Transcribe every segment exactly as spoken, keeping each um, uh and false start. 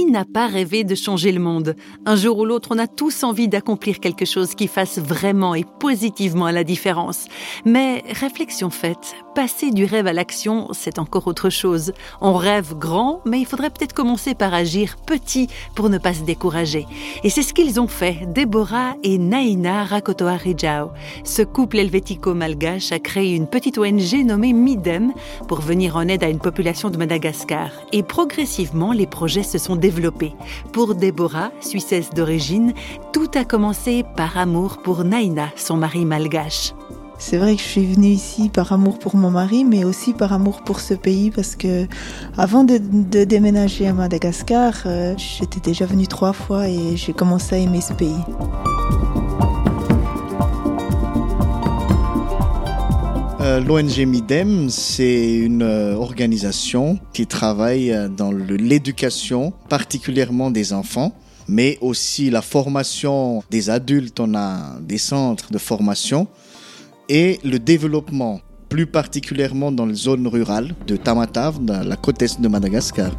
n'a pas rêvé de changer le monde ? Un jour ou l'autre, on a tous envie d'accomplir quelque chose qui fasse vraiment et positivement la différence. Mais réflexion faite, passer du rêve à l'action, c'est encore autre chose. On rêve grand, mais il faudrait peut-être commencer par agir petit pour ne pas se décourager. Et c'est ce qu'ils ont fait, Déborah et Naïna Rakotoarijao. Ce couple helvético-malgache a créé une petite O N G nommée Midem pour venir en aide à une population de Madagascar. Et progressivement, les projets se sont développés. Pour Déborah, suissesse d'origine, tout a commencé par amour pour Naïna, son mari malgache. C'est vrai que je suis venue ici par amour pour mon mari, mais aussi par amour pour ce pays, parce que avant de, de déménager à Madagascar, euh, j'étais déjà venue trois fois et j'ai commencé à aimer ce pays. Euh, L'O N G Midem, c'est une euh, organisation qui travaille dans le, l'éducation, particulièrement des enfants, mais aussi la formation des adultes. On a des centres de formation et le développement, plus particulièrement dans les zones rurales de Tamatave, dans la côte est de Madagascar.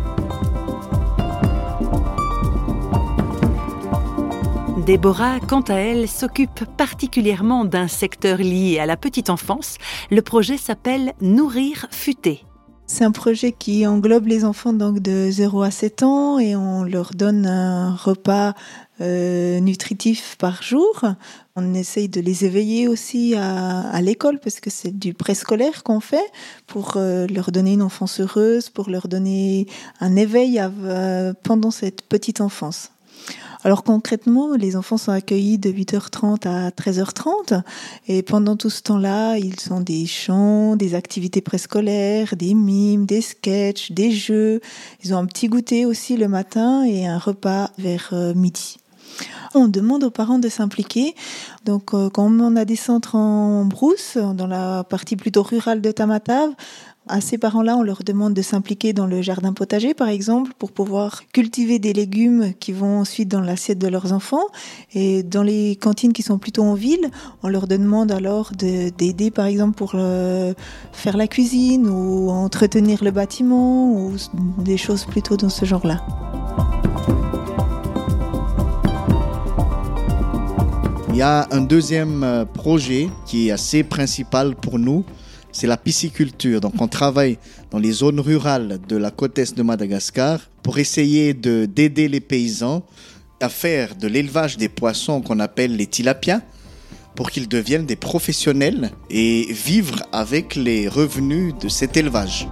Déborah, quant à elle, s'occupe particulièrement d'un secteur lié à la petite enfance. Le projet s'appelle Nourrir Futé. C'est un projet qui englobe les enfants donc de zéro à sept ans et on leur donne un repas euh, nutritif par jour. On essaye de les éveiller aussi à, à l'école parce que c'est du préscolaire qu'on fait pour euh, leur donner une enfance heureuse, pour leur donner un éveil à, euh, pendant cette petite enfance. Alors concrètement, les enfants sont accueillis de huit heures trente à treize heures trente et pendant tout ce temps-là, ils ont des chants, des activités préscolaires, des mimes, des sketchs, des jeux. Ils ont un petit goûter aussi le matin et un repas vers euh, midi. On demande aux parents de s'impliquer. Donc, euh, quand on a des centres en brousse, dans la partie plutôt rurale de Tamatave, à ces parents-là, on leur demande de s'impliquer dans le jardin potager, par exemple, pour pouvoir cultiver des légumes qui vont ensuite dans l'assiette de leurs enfants. Et dans les cantines qui sont plutôt en ville, on leur demande alors de, d'aider, par exemple, pour euh, faire la cuisine ou entretenir le bâtiment ou des choses plutôt dans ce genre-là. Il y a un deuxième projet qui est assez principal pour nous, c'est la pisciculture. Donc on travaille dans les zones rurales de la côte est de Madagascar pour essayer de, d'aider les paysans à faire de l'élevage des poissons qu'on appelle les tilapias pour qu'ils deviennent des professionnels et vivre avec les revenus de cet élevage.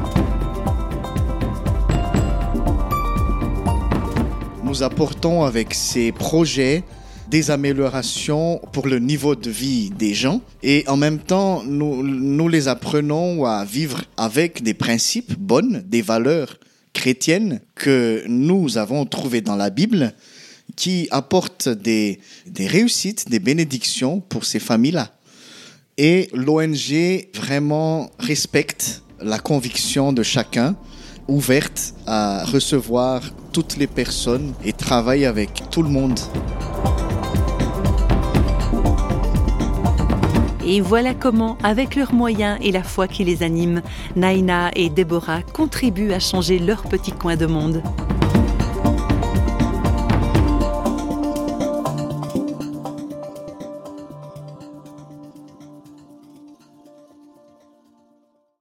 Nous apportons avec ces projets des améliorations pour le niveau de vie des gens et en même temps nous, nous les apprenons à vivre avec des principes bonnes, des valeurs chrétiennes que nous avons trouvées dans la Bible qui apportent des, des réussites, des bénédictions pour ces familles-là. Et l'O N G vraiment respecte la conviction de chacun, ouverte à recevoir toutes les personnes et travaille avec tout le monde. Et voilà comment, avec leurs moyens et la foi qui les anime, Naïna et Déborah contribuent à changer leur petit coin de monde.